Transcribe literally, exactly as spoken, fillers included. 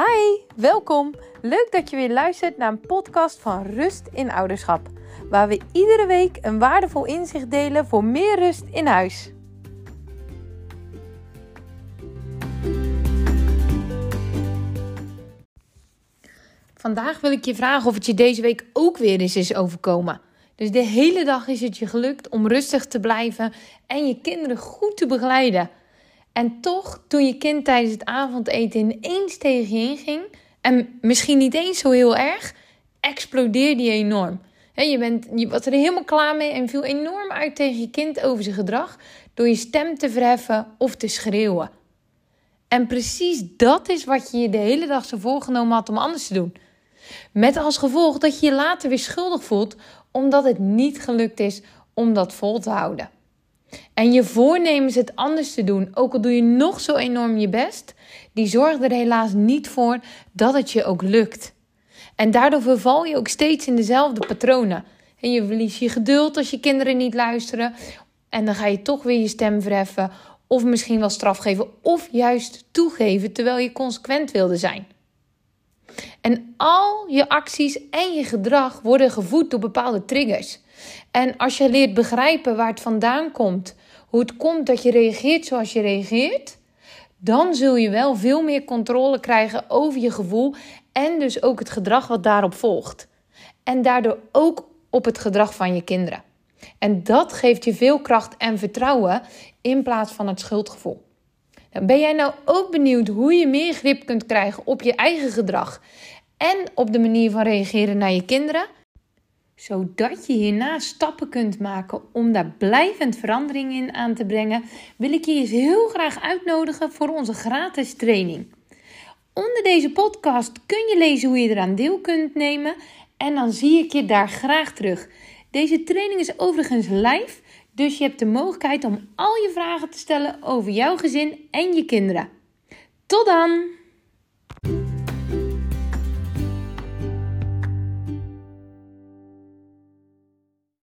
Hi, welkom. Leuk dat je weer luistert naar een podcast van Rust in Ouderschap, waar we iedere week een waardevol inzicht delen voor meer rust in huis. Vandaag wil ik je vragen of het je deze week ook weer eens is overkomen. Dus de hele dag is het je gelukt om rustig te blijven en je kinderen goed te begeleiden. En toch, toen je kind tijdens het avondeten ineens tegen je inging, en misschien niet eens zo heel erg, explodeerde je enorm. He, je, bent, je was er helemaal klaar mee en viel enorm uit tegen je kind over zijn gedrag door je stem te verheffen of te schreeuwen. En precies dat is wat je je de hele dag zo voorgenomen had om anders te doen. Met als gevolg dat je je later weer schuldig voelt omdat het niet gelukt is om dat vol te houden. En je voornemens het anders te doen, ook al doe je nog zo enorm je best, die zorgen er helaas niet voor dat het je ook lukt. En daardoor verval je ook steeds in dezelfde patronen. En je verliest je geduld als je kinderen niet luisteren. En dan ga je toch weer je stem verheffen, of misschien wel straf geven, of juist toegeven terwijl je consequent wilde zijn. En al je acties en je gedrag worden gevoed door bepaalde triggers. En als je leert begrijpen waar het vandaan komt, hoe het komt dat je reageert zoals je reageert, dan zul je wel veel meer controle krijgen over je gevoel en dus ook het gedrag wat daarop volgt. En daardoor ook op het gedrag van je kinderen. En dat geeft je veel kracht en vertrouwen in plaats van het schuldgevoel. Ben jij nou ook benieuwd hoe je meer grip kunt krijgen op je eigen gedrag en op de manier van reageren naar je kinderen? Zodat je hierna stappen kunt maken om daar blijvend verandering in aan te brengen, wil ik je eens heel graag uitnodigen voor onze gratis training. Onder deze podcast kun je lezen hoe je eraan deel kunt nemen en dan zie ik je daar graag terug. Deze training is overigens live, dus je hebt de mogelijkheid om al je vragen te stellen over jouw gezin en je kinderen. Tot dan!